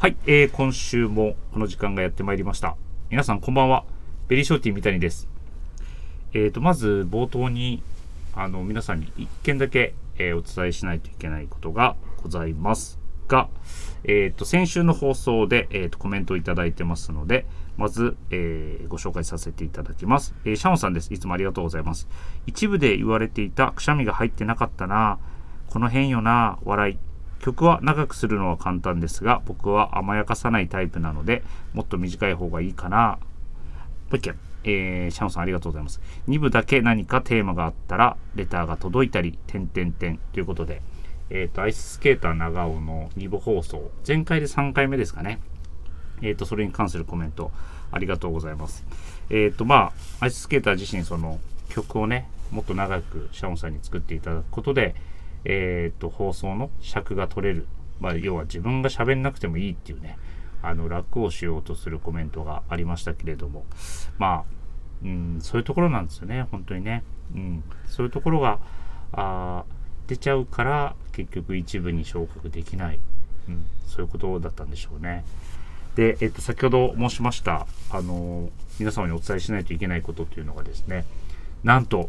はい、今週もこの時間がやってまいりました。皆さんこんばんは。ベリーショーティー三谷です。まず冒頭に皆さんに1件だけ、お伝えしないといけないことがございますが、先週の放送で、コメントをいただいてますので、まず、ご紹介させていただきます。シャオンさんです。いつもありがとうございます。一部で言われていたくしゃみが入ってなかったな、この辺よな、笑い。曲は長くするのは簡単ですが、僕は甘やかさないタイプなので、もっと短い方がいいかな。もう一件、シャオンさんありがとうございます。2部だけ何かテーマがあったら、レターが届いたり、ということで、アイススケーター長尾の2部放送、前回で3回目ですかね。それに関するコメント、ありがとうございます。アイススケーター自身、その曲をね、もっと長くシャオンさんに作っていただくことで、放送の尺が取れる、要は自分が喋んなくてもいいっていうね、楽をしようとするコメントがありましたけれども、そういうところなんですよね、本当にね。そういうところが出ちゃうから結局一部に昇格できない、そういうことだったんでしょうね。で、先ほど申しました皆様にお伝えしないといけないことというのがですね、なんと、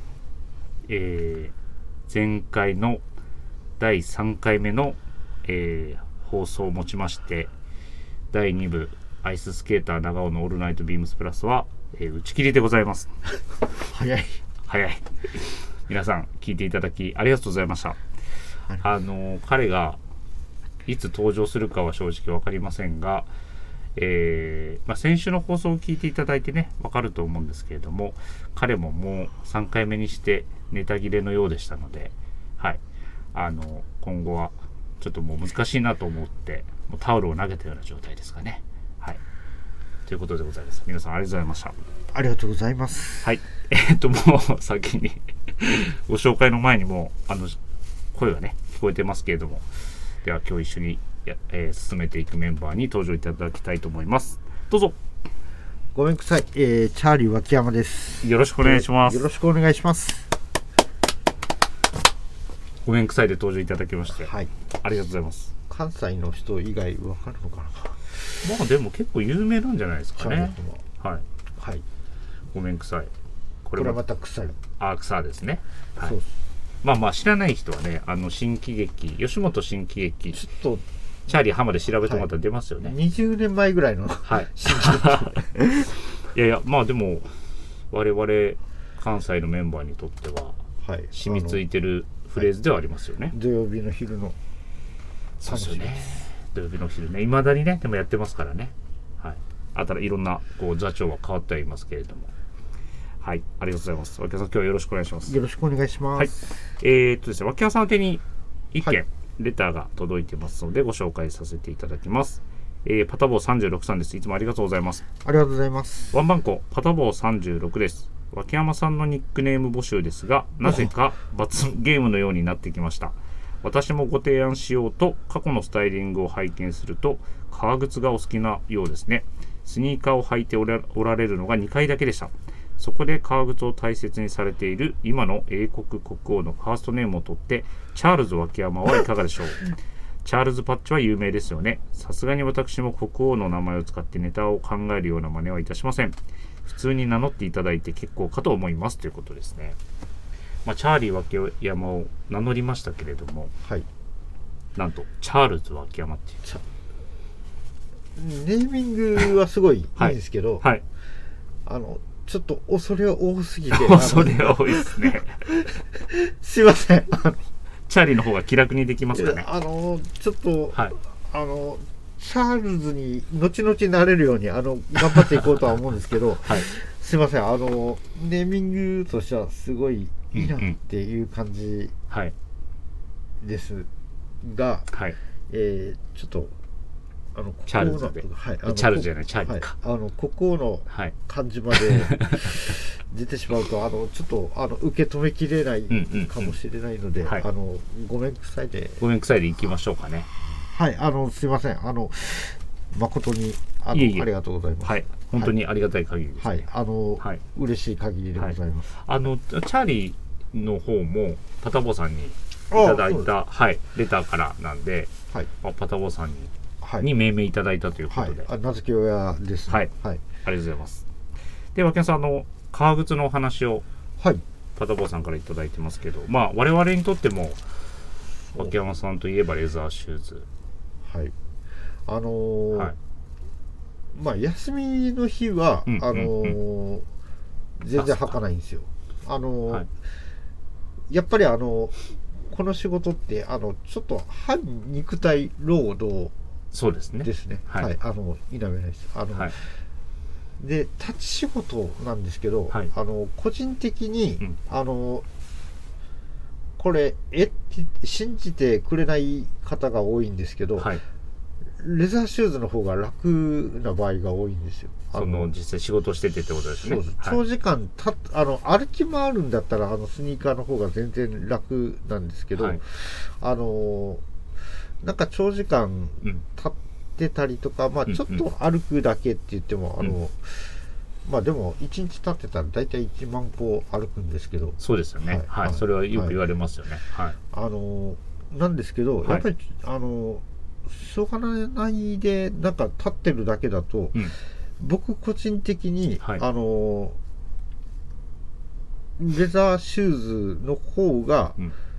前回の第3回目の、放送をもちまして第2部アイススケーター長尾のオールナイトビームスプラスは、打ち切りでございます。早い皆さん聞いていただきありがとうございました。彼がいつ登場するかは正直分かりませんが、先週の放送を聞いていただいてね分かると思うんですけれども、彼ももう3回目にしてネタ切れのようでしたので、はい、今後はちょっともう難しいなと思ってもうタオルを投げたような状態ですかね。はい、ということでございます。皆さんありがとうございました。 ありがとうございます。 はい、もう先にご紹介の前にも声がね聞こえてますけれども、では今日一緒に進めていくメンバーに登場いただきたいと思います。どうぞ。 ごめんくさい、チャーリー脇山です。 よろしくお願いします。 よろしくお願いします。 ごめんくさいで登場いただきまして、 はい、 ありがとうございます。 関西の人以外わかるのかな。 でも結構有名なんじゃないですかね。はい、ごめんくさい。 これはまた臭い。 草ですね。はい、 そうです。 知らない人はね、新喜劇、吉本新喜劇、 ちょっとチャーリー浜で調べてもらったら出ますよね。 20年前ぐらいの、 新喜劇。いやでも我々関西のメンバーにとっては、染みついてるフレーズではありますよね。 土曜日の昼の。 そうですよね。土曜日の昼ね、未だにねでもやってますからね。いろんな座長は変わってはいますけれども。はい、ありがとうございます。脇山さん、今日はよろしくお願いします。 よろしくお願いします。 ですね、脇山さん宛てに1件、レターが届いてますのでご紹介させていただきます。パタボー36さんです。いつもありがとうございます。 ありがとうございます。 ワンバンコパタボー36です。脇山さんのニックネーム募集ですが、なぜか罰ゲームのようになってきました。私もご提案しようと過去のスタイリングを拝見すると、革靴がお好きなようですね。スニーカーを履いておられるのが2回だけでした。そこで革靴を大切にされている今の英国国王のファーストネームを取ってチャールズ脇山はいかがでしょう。チャールズパッチは有名ですよね。さすがに私も国王の名前を使ってネタを考えるような真似はいたしません。普通に名乗っていただいて結構かと思いますということですね。チャーリー脇山を名乗りましたけれども、なんとチャールズ脇山っていうネーミングはすごいいいんですけど、ちょっと恐れ多すぎて恐れ多いですね。 すいません。 チャーリーの方が気楽にできますかね。 ちょっと、チャールズに後々なれるように頑張っていこうとは思うんですけど、すいません。ネーミングとしてはすごいいいなっていう感じですが、ちょっとチャールズで、チャールズじゃないチャーリーか、 国王の感じまで出てしまうとちょっと受け止めきれないかもしれないので、ごめんくさいでいきましょうかね。 すいません。誠にありがとうございます。 本当にありがたい限りですね。 嬉しい限りでございます。 チャーリーの方もパタボーさんにいただいたレターからなんで、パタボーさんにに命名いただいたということで、 名付け親ですね。 はい、ありがとうございます。で、脇山さん、革靴のお話をパタボーさんからいただいてますけど、我々にとっても脇山さんといえばレザーシューズ。 休みの日は全然履かないんですよ。やっぱりこの仕事ってちょっと半肉体労働ですね。否めないです。で立ち仕事なんですけど、個人的に、これって信じてくれない方が多いんですけど、レザーシューズの方が楽な場合が多いんですよ。 実際仕事しててってことですね。 長時間歩き回るんだったらスニーカーの方が全然楽なんですけど、なんか長時間立ってたりとか、ちょっと歩くだけって言ってもでも1日経ってたら大体1万歩歩くんですけど。 そうですよね。それはよく言われますよね。 なんですけど、やっぱりしょうがないでなんか立ってるだけだと、僕個人的に、レザーシューズの方が、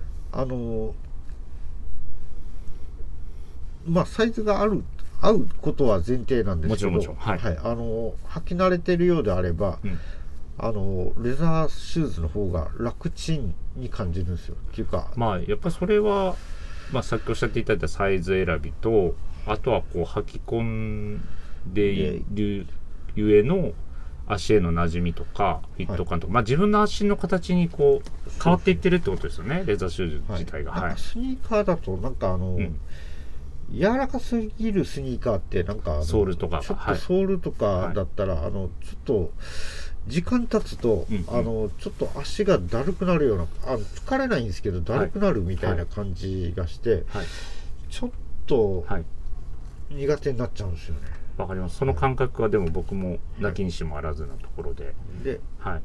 サイズが合うことは前提なんですけど、履き慣れてるようであれば、レザーシューズの方が楽ちんに感じるんですよ。っていうか、 やっぱりそれは、さっきおっしゃっていただいたサイズ選びと、あとは履き込んでいるゆえの足への馴染みとかフィット感とか、自分の足の形に変わっていってるってことですよね、レザーシューズ自体が。 スニーカーだとなんか柔らかすぎるスニーカーってなんかソールとかちょっとソールとかだったら、ちょっと時間経つと、ちょっと足がだるくなるような、疲れないんですけどだるくなるみたいな感じがして、ちょっと苦手になっちゃうんですよね。 わかります。その感覚はでも僕もなきにしもあらずなところで、 で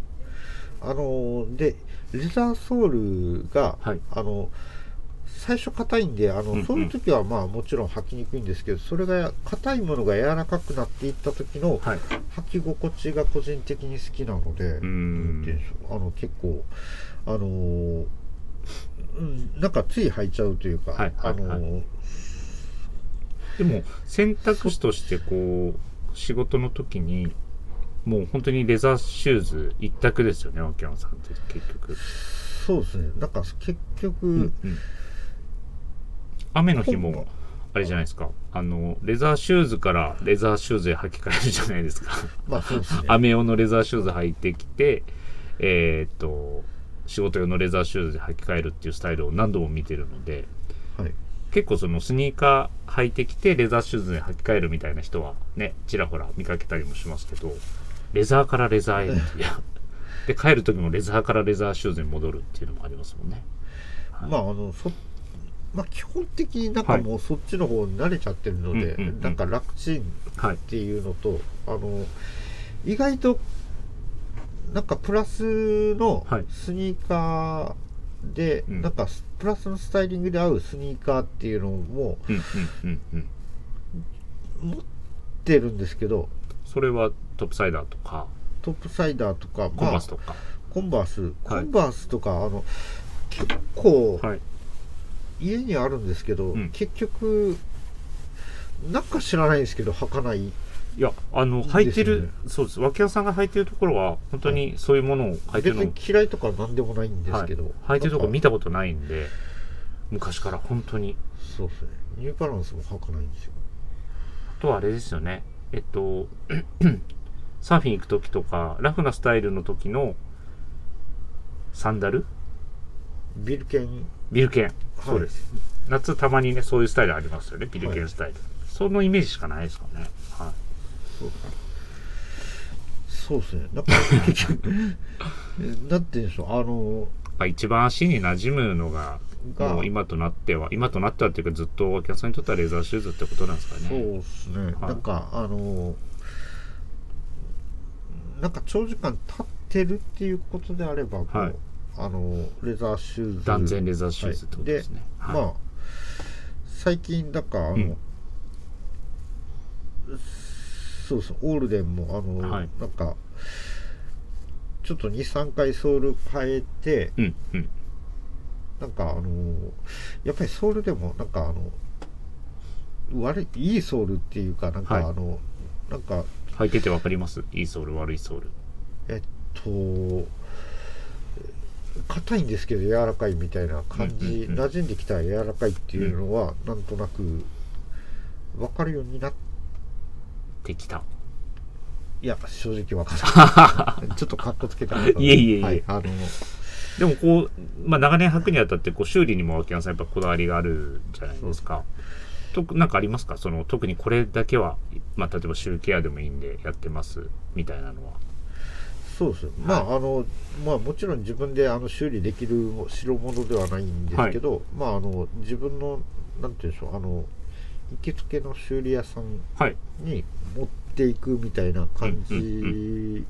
レザーソールが、最初硬いんでそういう時はもちろん履きにくいんですけど、それが硬いものが柔らかくなっていった時の履き心地が個人的に好きなので、結構なんかつい履いちゃうというか、 でも選択肢として仕事の時にもう本当にレザーシューズ一択ですよね、脇山さんって結局。 そうですね。なんか結局、 雨の日もあれじゃないですか、レザーシューズからレザーシューズへ履き替えるじゃないですか。 そうですね。 雨用のレザーシューズ履いてきて、仕事用のレザーシューズで履き替えるっていうスタイルを何度も見てるので、結構そのスニーカー履いてきてレザーシューズに履き替えるみたいな人はね、ちらほら見かけたりもしますけど、レザーからレザーへっていうで帰る時もレザーからレザーシューズに戻るっていうのもありますもんね。 基本的になんかもうそっちの方に慣れちゃってるので、なんか楽ちんっていうのと、意外となんかプラスのスニーカーで、なんかプラスのスタイリングで合うスニーカーっていうのも持ってるんですけど、 それはトップサイダーとかコンバースとか、コンバースとか結構、家にあるんですけど、結局なんか知らないんですけど履かない。いや履いてる、そうです。脇山さんが履いてるところは本当にそういうものを履いてるの、 別に嫌いとかなんでもないんですけど、 履いてるところ見たことないんで、昔から本当に。 そうですね。ニューバランスも履かないんですよ。 あとはあれですよね、サーフィン行く時とかラフなスタイルの時のサンダル、 ビルケン、 そうです、夏たまにねそういうスタイルありますよね、ビルケンスタイル、そのイメージしかないですかね。 そうですね。なんか結局なんて言うんでしょう、 一番足に馴染むのがもう今となってはっていうかずっとお客さんにとってはレザーシューズってことなんですかね。 そうですね。なんかなんか長時間立ってるっていうことであれば、レザーシューズ、 断然レザーシューズってことですね。 最近だからそうそう、オールデンもはい、 なんかちょっと 2,3 回ソール変えて、 うんうん、 なんかやっぱりソールでもなんかいいソールっていうか、なんかはい、 なんか履いてて分かります？いいソール悪いソール。 えっと硬いんですけど柔らかいみたいな感じ、 うんうんうん、 馴染んできたら柔らかいっていうのは、なんとなく分かるようになってきた。 いや正直分からないちょっとカッコつけたいえいえ、はい、でもこう、長年履くにあたって修理にも脇山さんやっぱこだわりがあるじゃないですか。なんかありますか？特にこれだけは、例えばシューケアでもいいんでやってますみたいなのは。 そうです。もちろん自分で修理できる代物ではないんですけど、はい、自分のなんていうんでしょう、行きつけの修理屋さんに持っていくみたいな感じ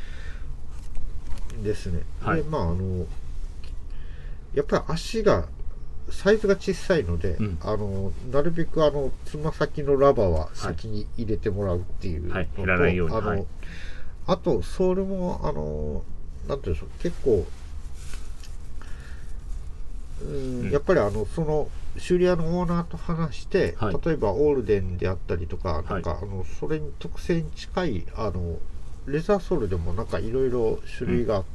ですね。 はい、 でやっぱり足がサイズが小さいので、なるべくつま先のラバーは先に入れてもらうっていうのと、 減らないように、 あとソールもなんていうんでしょう、結構やっぱりその修理屋のオーナーと話して、 はい、 例えばオールデンであったりとか、なんかそれに特性に近いレザーソールでもなんかいろいろ種類があって、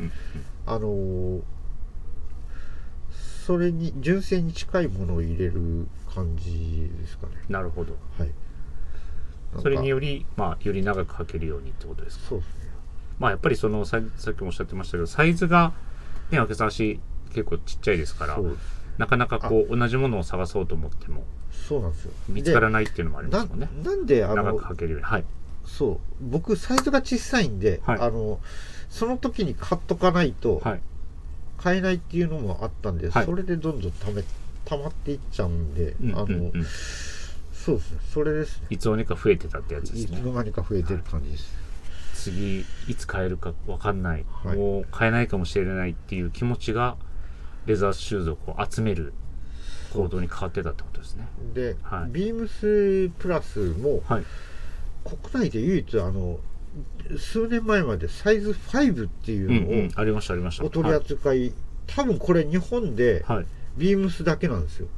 それに純正に近いものを入れる感じですかね。 なるほど。 はい。 それにより、より長く履けるようにってことですか。 そうですね。 やっぱりさっきもおっしゃってましたけど、サイズがね、脇さん足結構ちっちゃいですから、なかなか同じものを探そうと思っても、 そうなんですよ。 見つからないっていうのもありますもんね。 なんで長く履けるように。はい。 そう、僕サイズが小さいんで、 はい、 その時に買っとかないと、 はい、 買えないっていうのもあったんで、それでどんどん溜まっていっちゃうんで、そうですね、それですね。 いつの間にか増えてたってやつですね。 いつの間にか増えてる感じです。 次いつ買えるか分かんない、もう買えないかもしれないっていう気持ちがレザーシューズを集める行動に変わってたってことですね。 で、ビームスプラスも、国内で唯一数年前までサイズ5っていうのをありましたお取り扱い、多分これ日本でビームスだけなんですよ。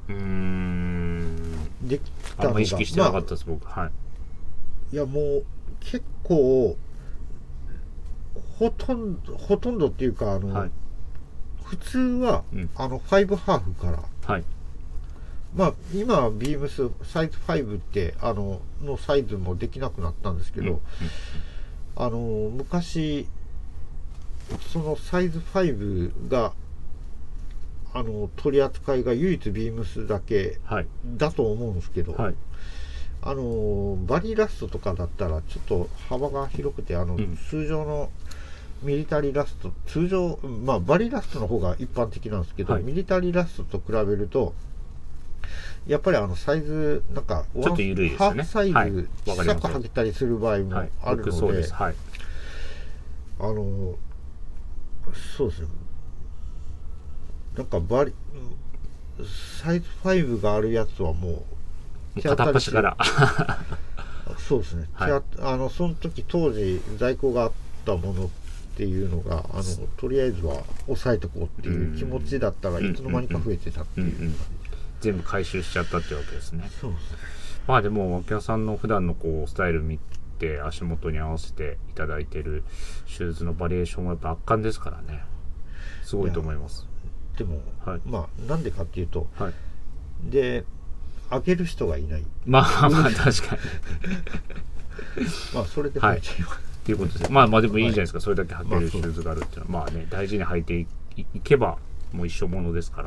できたのがあんま意識してなかったです、僕。 いやもう結構ほとんどっていうか普通は、5ハーフから、今ビームスサイズ5ってのサイズもできなくなったんですけど、昔そのサイズ5が取り扱いが唯一ビームスだけだと思うんですけど、バリラストとかだったらちょっと幅が広くて通常のミリタリーラスト、通常バリラストの方が一般的なんですけど、ミリタリーラストと比べるとやっぱりサイズなんかちょっと緩いですよね。 ハーフサイズ小さく履けたりする場合もあるので、そうですね。なんかサイズ5があるやつはもう片っ端からそうですね、その時当時在庫があったものっていうのがとりあえずは抑えておこうっていう気持ちだったらいつの間にか増えてたっていう全部回収しちゃったってわけですね。 そうですね。でも脇屋さんの普段のスタイル見て足元に合わせていただいてるシューズのバリエーションもやっぱ圧巻ですからね。すごいと思います。 でも、なんでかっていうと、であげる人がいない。 確かにそれで増えちゃいますっていうことです。でもいいじゃないですか、それだけ履けるシューズがあるっていうのは大事に履いていけばもう一生ものですから、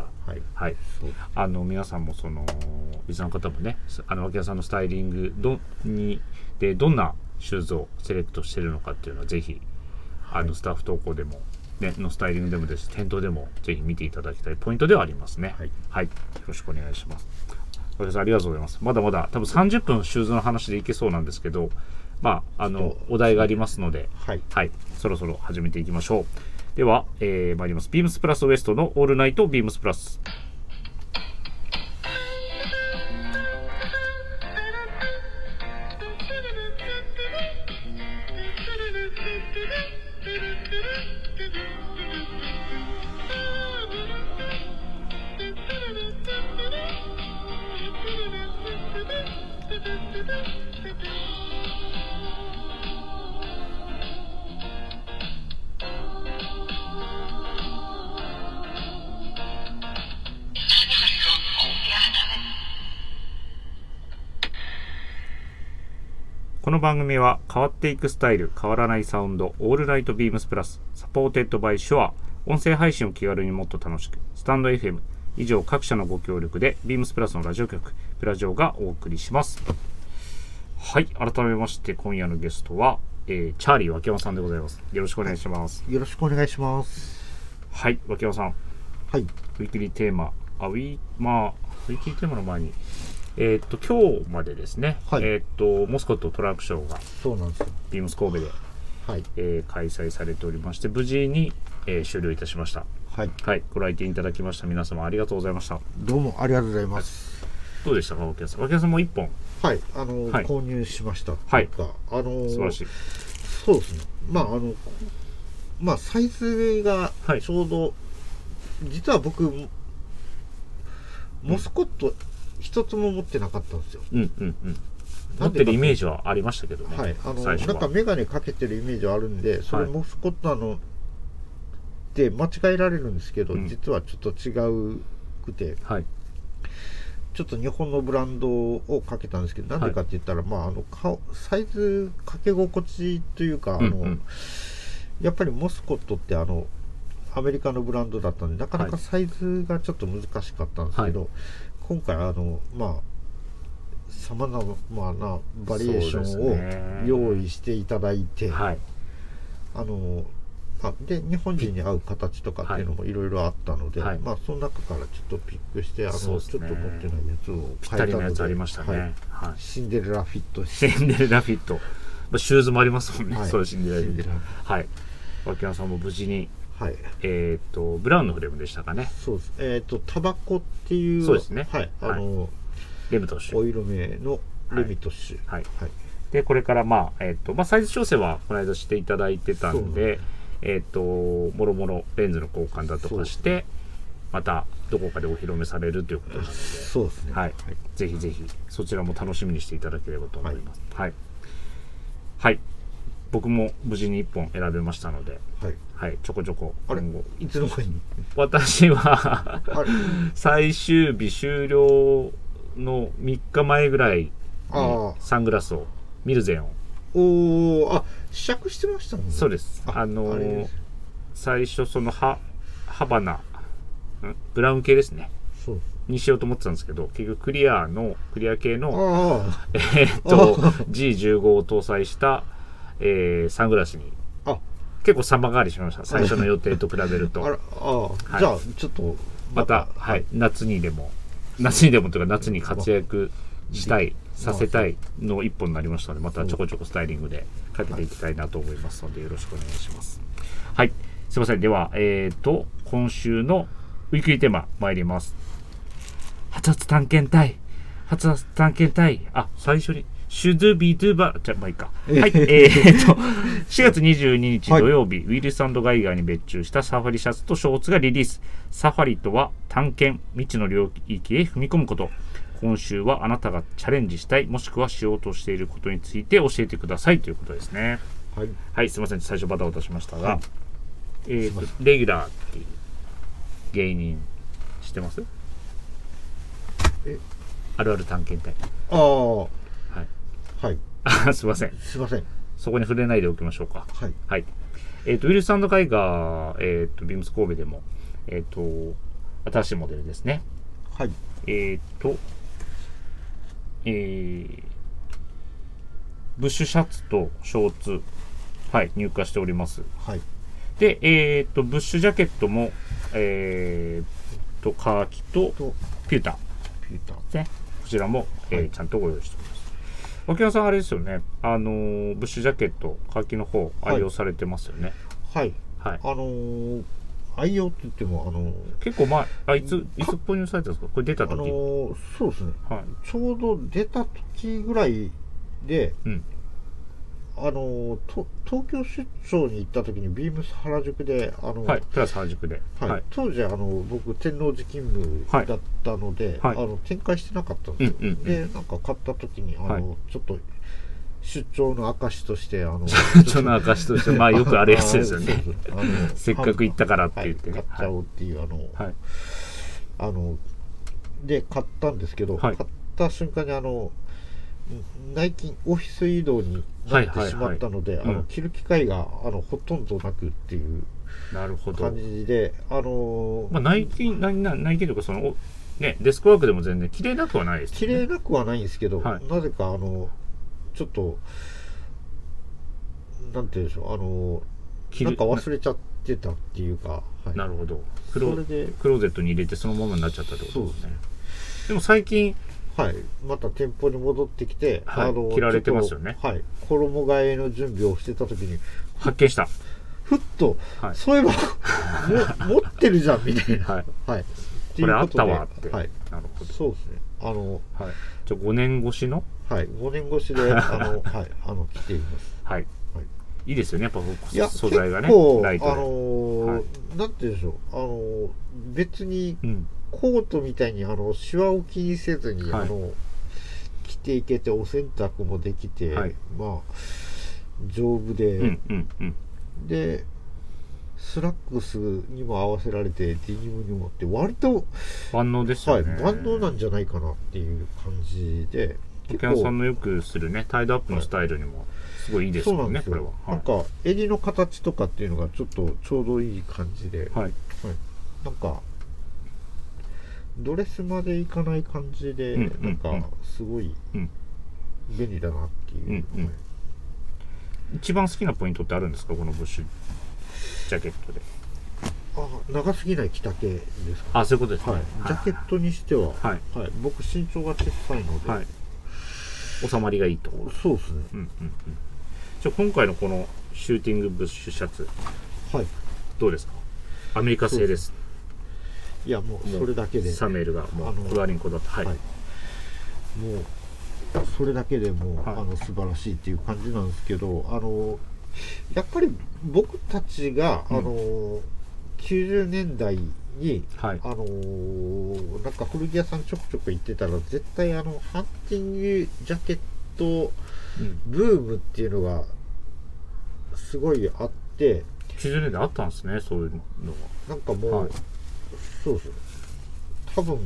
皆さんもリスナーの方もね、脇屋さんのスタイリングでどんなシューズをセレクトしてるのかっていうのはぜひスタッフ投稿でものスタイリングでもですし、店頭でもぜひ見ていただきたいポイントではありますね。よろしくお願いします。脇屋さんありがとうございます。まだまだ多分30分シューズの話でいけそうなんですけど、お題がありますので、そろそろ始めていきましょう。では、参ります。ビームスプラスウエストのオールナイトビームスプラス。 この番組は変わっていくスタイル、変わらないサウンド、オールライトビームスプラス、サポーテッドバイシュア、音声配信を気軽にもっと楽しく、スタンド FM、以上各社のご協力で、ビームスプラスのラジオ局、プラジオがお送りします。はい、改めまして今夜のゲストは、チャーリー脇山さんでございます。よろしくお願いします。 よろしくお願いします。 はい、脇山さん。 はい。 ウィークリーテーマ、ウィークリーテーマの前に、今日までですね、 はい、 モスコットトラックショーがそうなんですよ、 ビームス神戸で、 はい開催されておりまして、無事に、終了いたしました。 はい、 はい、ご来店いただきました皆様ありがとうございました。 どうもありがとうございます。 どうでしたか、脇山さん。脇山さんも1本、 はい、 はい、 購入しました。 はい、 素晴らしい。 そうですね。サイズがちょうど、はい、実は僕モスコット一つも持ってなかったんですよ。 持ってるイメージはありましたけどね。 はい、なんかメガネかけてるイメージはあるんで、それモスコットで間違えられるんですけど、実はちょっと違くて、はい、ちょっと日本のブランドをかけたんですけど、なんでかって言ったら、サイズかけ心地というか、やっぱりモスコットってアメリカのブランドだったんで、なかなかサイズがちょっと難しかったんですけど、今回さまざまなバリエーションを用意していただいて、で日本人に合う形とかっていうのもいろいろあったので、その中からちょっとピックしてちょっと持ってないやつをぴったりのやつありましたね。 シンデレラフィット、 シンデレラフィット、シューズもありますもんね。そうシンデレラフィット。はい。脇山さんも無事に、はい、ブラウンのフレームでしたかね。 そうです。タバコっていう、 そうですね。 はい。 レムトッシュ。 オイル名のレミトッシュ。 はい。で、これからサイズ調整はこの間していただいてたんで、もろもろレンズの交換だとかして、またどこかでお披露目されるということなので、 そうですね。 はい。ぜひぜひそちらも楽しみにしていただければと思います。はい。はい。僕も無事に1本選べましたので、はい、ちょこちょこ今後いつの間に私は最終日終了の3日前ぐらいにサングラスをミルゼンを試着してましたもんね。 そうです。最初そのハバナブラウン系ですねにしようと思ってたんですけど、結局クリア系のG15 を搭載したサングラスに結構様変わりしました。最初の予定と比べると。 じゃあちょっとまた、夏にでもというか夏に活躍させたいの一本になりましたので、またちょこちょこスタイリングでかけていきたいなと思いますので、よろしくお願いします。はい、すいません。では今週のウィークリーテーマ参ります。発圧探検隊。最初にシュドゥビドゥバじゃいいか。はい。4月22日土曜日、ウィルス&ガイガーに別注したサファリシャツとショーツがリリース。サファリとは探検、未知の領域へ踏み込むこと。今週はあなたがチャレンジしたい、もしくはしようとしていることについて教えてくださいということですね。はい、すみません。最初バタバタしましたが、レギュラーっていう芸人知ってます？あるある探検隊。すいません。そこに触れないでおきましょうか。はい。ウィルス&ガイガー、ビームス神戸でも、新しいモデルですね。 はい。 ブッシュシャツとショーツ、入荷しております。で、ブッシュジャケットも、カーキとピューター、こちらも、ちゃんとご用意しております。脇山さんあれですよね、ブッシュジャケットカーキの方愛用されてますよね。 愛用って言っても結構前いつ購入されたんですか？これ出た時、 そうですね、ちょうど出た時ぐらいで、 東京出張に行った時にビームス原宿ではい、プラス原宿で、 はいはい、当時僕天王寺勤務だったので、はい、展開してなかったんですよ、うんうんうん、でなんか買った時にはい、ちょっと出張の証として出張の証としてまあよくあるやつですよねせっかく行ったからって言ってね、 はい、買っちゃおうっていうで買ったんですけど、はい、買った瞬間に内勤オフィス移動になってしまったので、着る機会がほとんどなくっていう感じで、 まあ、内勤というかそのねデスクワークでも全然着れなくはないですね。 着れなくはないんですけど、はい、なぜかちょっとなんていうんでしょうなんか忘れちゃってたっていうか、 はい、なるほど。クローゼットに入れてそのままになっちゃったってことですね。でも最近はい、また店舗に戻ってきて、 はい、着られてますよね。 はい、衣替えの準備をしてた時に発見した。 ふっと、はい、そういえば持ってるじゃんみたいな。はい。はい、 これあったわって。 はい。 なるほど。 そうですね。 はい。じゃあ5年越しの？ はい。5年越しではい着ています。 はい。はい、いいですよね。やっぱ素材がね。 結構ライトではい、なんて言うんでしょう。別に。コートみたいにシワを気にせずに、はい、着ていけてお洗濯もできて、はい、まあ丈夫で、でスラックスにも合わせられてデニムにもって割と万能ですよね、 はい、万能なんじゃないかなっていう感じでお客さんのよくするねタイドアップのスタイルにもすごいいいですよね、はい、これは、 なんか襟の形とかっていうのがちょっとちょうどいい感じで、はいはい、なんかドレスまでいかない感じで、なんかすごい便利だなっていう、 一番好きなポイントってあるんですかこのブッシュジャケットで。 長すぎない着丈ですか、 ね、そういうことですね、 はい、ジャケットにしては、はいはい、僕身長が小さいので、はい、 収まりがいいと。 そうですね、 じゃあ今回のこのシューティングブッシュシャツ、 はい、 どうですか。アメリカ製です。 いやもうそれだけでサメールがもうこだわりにこだわって、はい、もうそれだけでもう、素晴らしいっていう感じなんですけどやっぱり僕たちが、90年代に、なんか古着屋さんちょくちょく行ってたら絶対ハンティングジャケットブームっていうのがすごいあって、 90年代あったんですねそういうのが。 なんかもう、そうです。多分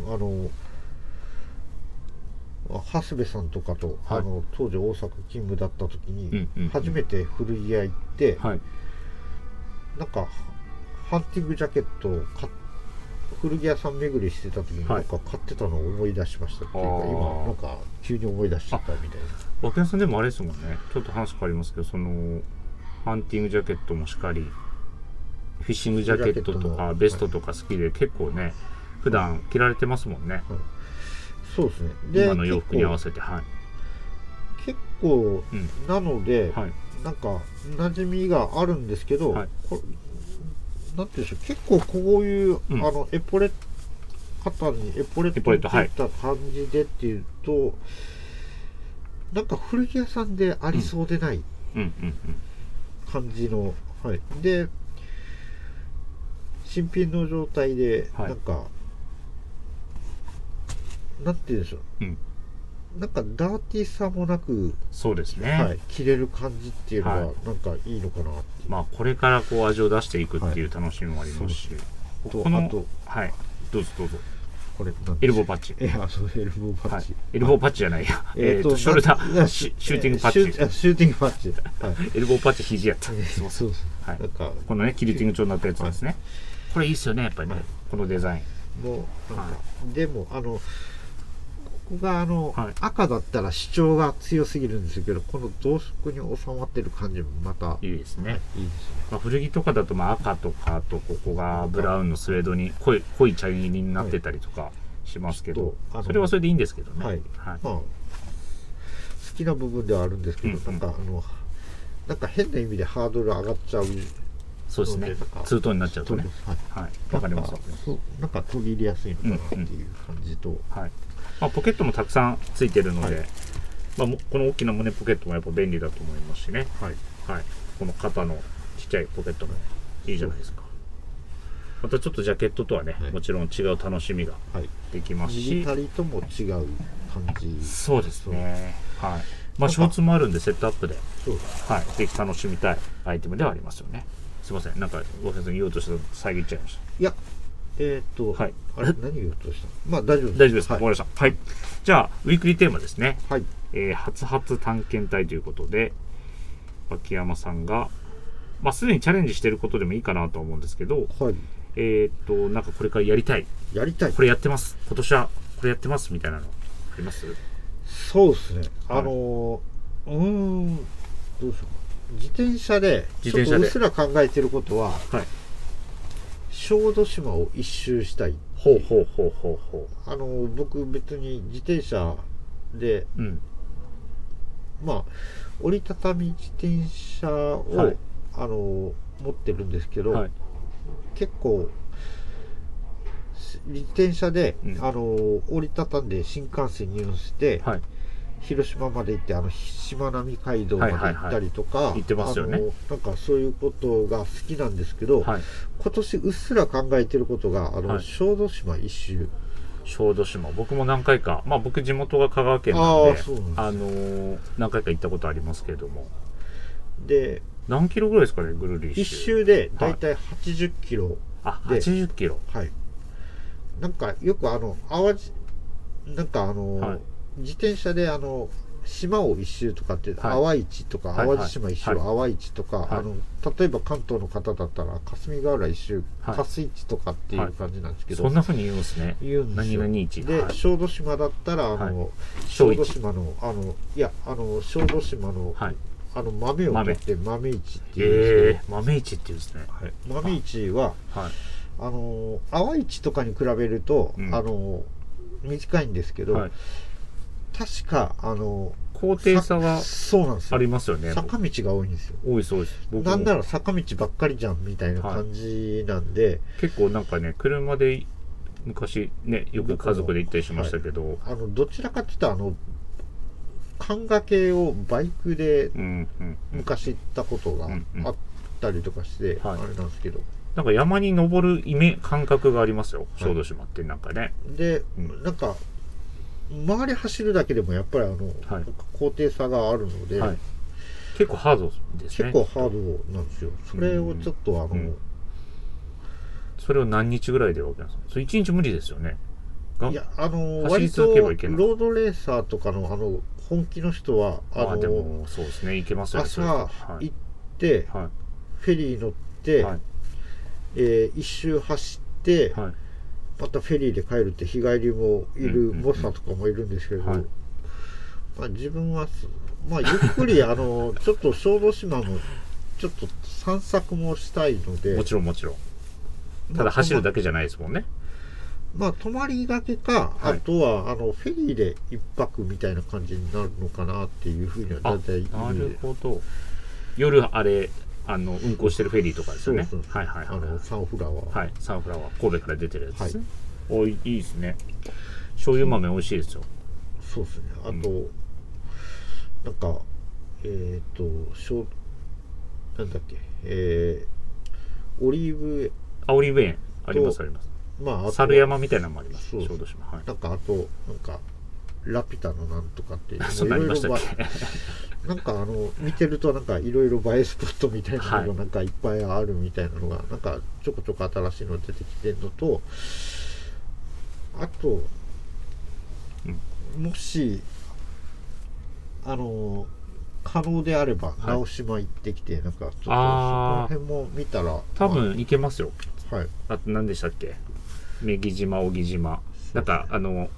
長谷部さんとかと、当時大阪勤務だった時に、初めて古着屋行って、なんかハンティングジャケットを古着屋さん巡りしてた時になんか買ってたのを思い出しましたっていうか、今なんか急に思い出しちゃったみたいな。 若屋さんでもあれですもんね、ちょっと話変わりますけど、そのハンティングジャケットもしかりフィッシングジャケットとかベストとか好きで結構ね普段着られてますもんね、 そうですね。 で今の洋服に合わせて、 結構なので、なんか馴染みがあるんですけど、なんていうんでしょう、結構こういう、エポレ肩にエポレットついた感じでっていうと、なんか古着屋さんでありそうでない感じの、で新品の状態で、なんかなんていうんでしょう、なんかダーティーさもなく、 そうですね、 着れる感じっていうのがなんかいいのかなっていう、 まあこれからこう味を出していくっていう楽しみもありますし、このどうぞどうぞ、これエルボーパッチ、 そうエルボーパッチ、 エルボーパッチじゃないや、ショルダーシューティングパッチ、 シューティングパッチ、 エルボーパッチ肘やった。 そうこのねキルティング調になったやつですね。これいいっすよねやっぱりね、このデザインもうなんかでもここが赤だったら主張が強すぎるんですけど、この同色に収まってる感じもまたいいですね。古着とかだと赤とかとここがブラウンのスウェードに濃い茶色になってたりとかしますけど、それはそれでいいんですけどね。 好きな部分ではあるんですけど、なんか変な意味でハードル上がっちゃう。 そうですね。ツートンになっちゃうとね。わかります。 なんか途切れやすいのかなっていう感じと。 ポケットもたくさんついてるので、 まあ、この大きな胸ポケットもやっぱ便利だと思いますしね。 はい、 はい、この肩のちっちゃいポケットもいいじゃないですか。またちょっとジャケットとはね、 はい、もちろん違う楽しみができますし、 ミリタリーとも違う感じ。 そうですね。はい。まあショーツもあるんでセットアップで、はい、ぜひ楽しみたいアイテムではありますよね。すいません、なんかご先生言おうとしたら遮っちゃいました。 いや、はい、あれ何言おうとした？まあ大丈夫です。 大丈夫ですか。わかりました。はい。じゃあウィークリーテーマですね。 はい。 初々探検隊ということで、脇山さんが、まあすでにチャレンジしていることでもいいかなと思うんですけど、 はい。 なんかこれからやりたい。これやってます。今年はこれやってますみたいなのあります？ そうですね。どうしようか。自転車でちょっとうっすら考えてることは、はい、小豆島を一周したい。 ほう。 僕別に自転車で、まあ折りたたみ自転車を、はい、持ってるんですけど、はい、結構自転車で、折りたたんで新幹線に乗せて、はい、広島まで行ってしまなみ海道まで行ったりとか、 行ってますよね。 なんかそういうことが好きなんですけど、はい、今年うっすら考えてることが小豆島一周。 小豆島、僕も何回か、まあ僕地元が香川県なんで、何回か行ったことありますけれども。 で、 何キロぐらいですかね、ぐるり一周でだいたい80キロで、 80キロ。 はい。なんかよくなんか自転車で島を一周とかって、淡市とか淡路島一周、淡市とか、例えば関東の方だったら霞ヶ浦一周、粕市とかっていう感じなんですけど、 そんなふうに言うんですね。 言うんですよ。 何々市で、小豆島だったら小豆島の小豆島の豆を取って豆市っていうんですけど、 豆市っていうんですね。 豆市は淡市とかに比べると短いんですけど、確か高低差はありますよね。 坂道が多いんですよ。 多いそうです。 なんなら坂道ばっかりじゃんみたいな感じなんで、 結構なんかね、車で昔ね、よく家族で行ったりしましたけど、 どちらかっていうと寒河系をバイクで昔行ったことがあったりとかして、あれなんですけど、 なんか山に登る感覚がありますよ、小豆島って。なんかね、 で、なんか周り走るだけでもやっぱり高低差があるので、 結構ハードですね。 結構ハードなんですよ。それをちょっとそれを何日ぐらいで分けますか？それ1日無理ですよね。 いや、割とロードレーサーとかの本気の人はでもそうですね、行けますよね。 朝行って、フェリー乗って、一周走って、またフェリーで帰るって日帰りもいる猛者とかもいるんですけど、まあ自分はゆっくりちょっと小豆島もちょっと散策もしたいので、 もちろんただ走るだけじゃないですもんね。 まあ泊まりがけか、あとはフェリーで一泊みたいな感じになるのかなっていうふうには大体なるほど。夜運行してるフェリーとかですよね。 サンフラワー。 サンフラワー、神戸から出てるやつですね。いいですね。醤油豆美味しいですよ。 そうですね。あと、なんか、なんだっけ、オリーブ園あります。まあ、猿山みたいなのもあります。小豆島。 なんか、あと、なんか、ラピュタのなんとかっていう、 そんなありましたっけ？ なんか見てるとなんかいろいろ映えスポットみたいなのがなんかいっぱいあるみたいなのがなんかちょこちょこ新しいの出てきてるのと、あと、もし可能であれば直島行ってきて、なんかちょっとそこら辺も見たら多分行けますよ。 あと何でしたっけ？女木島、小木島、なんか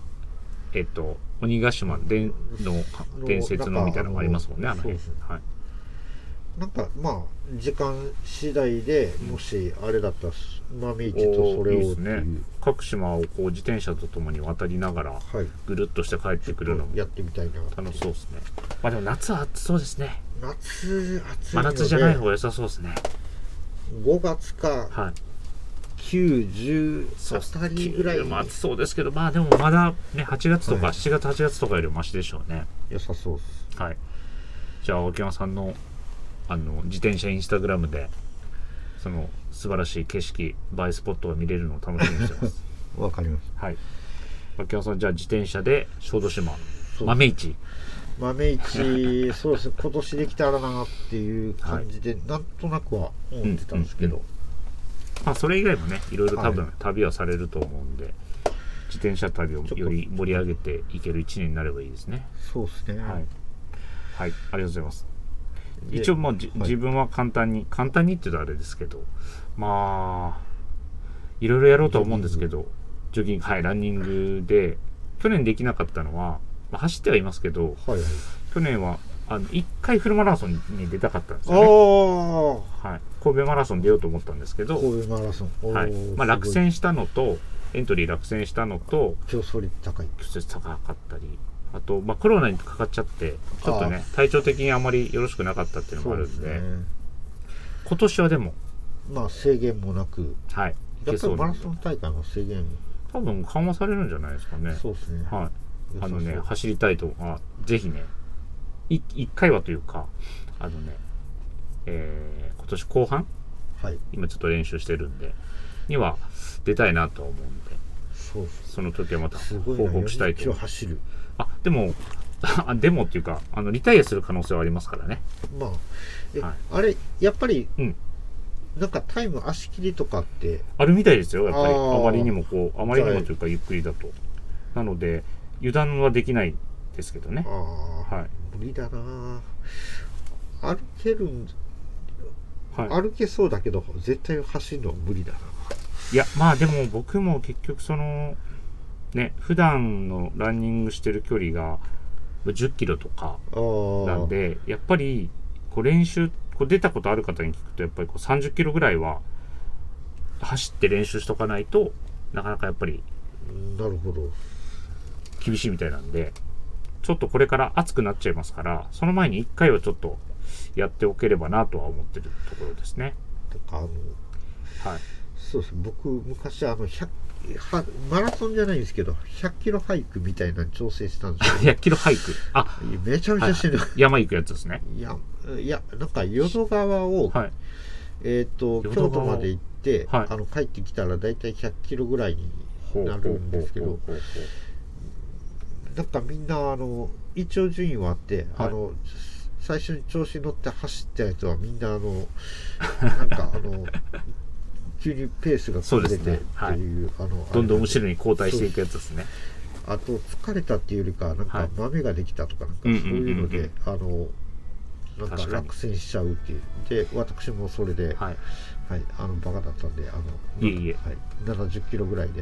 鬼ヶ島の伝説のみたいなのもありますもんね、 なんかまあ時間次第でもしあれだったら豆市とそれをっていう、 各島をこう自転車とともに渡りながらぐるっとして帰ってくるのもやってみたいな。 楽しそうですね。まあでも夏は暑そうですね。 夏暑いので真夏じゃない方が良さそうですね。 5月か 9、10あたりぐらい。 まあ暑そうですけど、まあでもまだね、8月とか7月、8月とかよりマシでしょうね。 良さそうです。 はい。じゃあ、沖山さんの、自転車インスタグラムで、その素晴らしい景色、映えスポットが見れるのを楽しみにしてます。 わかります。 はい。沖山さん、じゃあ自転車で小豆島、豆市。 豆市、そうですね、今年できたらなっていう感じで、なんとなくは思ってたんですけど。 まあ、それ以外もね、いろいろ多分旅はされると思うんで、自転車旅をより盛り上げていける1年になればいいですね。 そうですね。 はい。はい、ありがとうございます。一応もう自分は簡単にって言うとあれですけど、まあ、いろいろやろうとは思うんですけど、ジョギング、はい、ランニングで、去年できなかったのは、まあ、走ってはいますけど、 はいはい、 去年は1回フルマラソンに出たかったんですよね。はい、神戸マラソン出ようと思ったんですけど、 神戸マラソン、 はい、まあ、落選したのと、エントリー落選したのと、 競争率高かったり、あと、まあ、コロナにかかっちゃって、ちょっとね、体調的にあまりよろしくなかったっていうのもあるんで、今年はでも、 まあ制限もなく、 はい、 やっぱりマラソン大会の制限、 多分緩和されるんじゃないですかね。 そうですね。 はい。走りたいと、ぜひね、1回はというか、今年後半、 はい、 今ちょっと練習してるんで、には出たいなと思うんで、その時はまた報告したいと思います。 走る。 でも、でもっていうか、リタイアする可能性はありますからね。 まあ、あれ、やっぱり、なんかタイム足切りとかってあるみたいですよ、やっぱり。あまりにもというか、ゆっくりだと。なので、油断はできないですけどね。 はい、無理だな。歩ける歩けそうだけど、絶対走るのは無理だな。 いや、まあでも僕も結局ね、普段のランニングしてる距離が10キロとかなんで、やっぱり練習出たことある方に聞くと、やっぱり30キロぐらいは走って練習しとかないとなかなかやっぱり厳しいみたいなんで、ちょっとこれから暑くなっちゃいますから、その前に1回はちょっとやっておければなとは思ってるところですね。 はい、そうです。僕昔マラソンじゃないんですけど、100キロハイクみたいなの挑戦したんですよ。 100キロハイク。 めちゃめちゃしてる。 山行くやつですね。 いや、なんか淀川を、京都まで行って、帰ってきたらだいたい100キロぐらいになるんですけど、なんかみんな一応順位はあって、最初に調子に乗って走ったやつはみんななんか急にペースが崩れてっていう、 どんどん後ろに後退していくやつですね。 あと疲れたっていうよりか、なんか豆ができたとか、なんかそういうのでなんか落選しちゃうっていう。で、私もそれで、バカだったんで、70キロぐらいで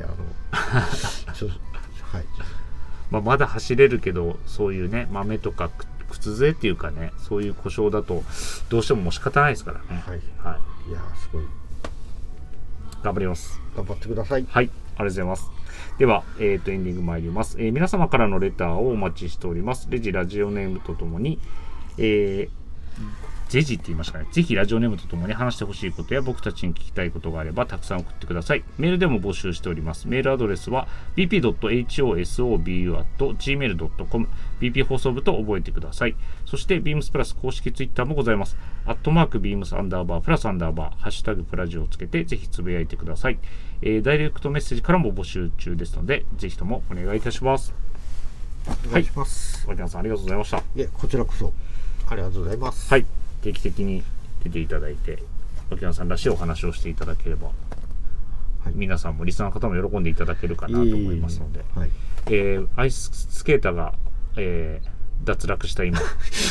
まだ走れるけど、そういうね、豆とか靴杖っていうかね、そういう故障だとどうしてももう仕方ないですからね。 いやすごい頑張ります。 頑張ってください。 はい、ありがとうございます。では、エンディング参ります。皆様からのレターをお待ちしております。レジラジオネームとともに、ぜひって言いましたね。ぜひラジオネームとともに話してほしいことや僕たちに聞きたいことがあればたくさん送ってください。メールでも募集しております。メールアドレスは bp.hosobu@gmail.com bp 放送部と覚えてください。そして beams プラス公式ツイッターもございます。@beams_+_ハッシュタグプラジオをつけてぜひつぶやいてください。ダイレクトメッセージからも募集中ですのでぜひともお願いいたします。 お願いします。 脇山さんありがとうございました。 こちらこそありがとうございます。 はい。定期的に出ていただいて、沖縄さんらしいお話をしていただければ、皆さんもリスナーの方も喜んでいただけるかなと思いますので、アイススケーターが、脱落した今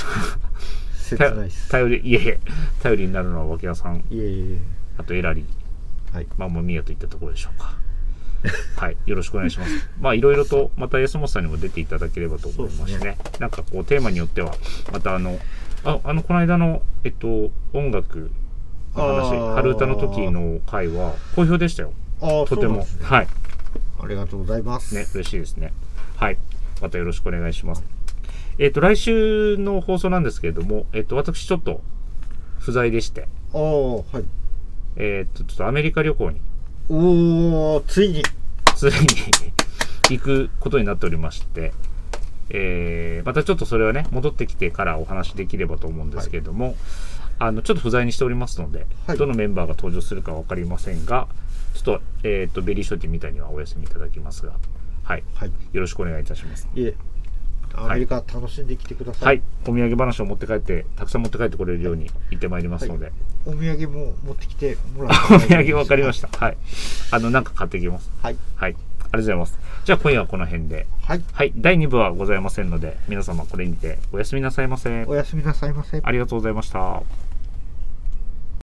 頼りになるのは脇縄さん、あとエラリー、マンモミヤといったところでしょうか。はい、よろしくお願いします。いろいろとまた安本さんにも出ていただければと思いますね。なんかテーマによってはまたこの間の音楽の話、春歌の時の回は好評でしたよ。とても、はい。 ありがとうございます。 ね、嬉しいですね。はい、またよろしくお願いします。来週の放送なんですけれども、私ちょっと不在でして、ちょっとアメリカ旅行におー、ついに行くことになっておりまして、またちょっとそれはね戻ってきてからお話できればと思うんですけれども、ちょっと不在にしておりますので、どのメンバーが登場するか分かりませんが、ちょっと、ベリーショーティーみたいにはお休みいただきますが、はい、よろしくお願いいたします。 いえ、アメリカ楽しんできてください。 はい、お土産話をたくさん持って帰ってこれるように行ってまいりますので、 お土産も持ってきてもらお土産分かりました。はい、なんか買ってきます。はい、ありがとうございます。じゃあ今夜はこの辺で、第2部はございませんので、皆様これにておやすみなさいませ。 おやすみなさいませ。 ありがとうございました。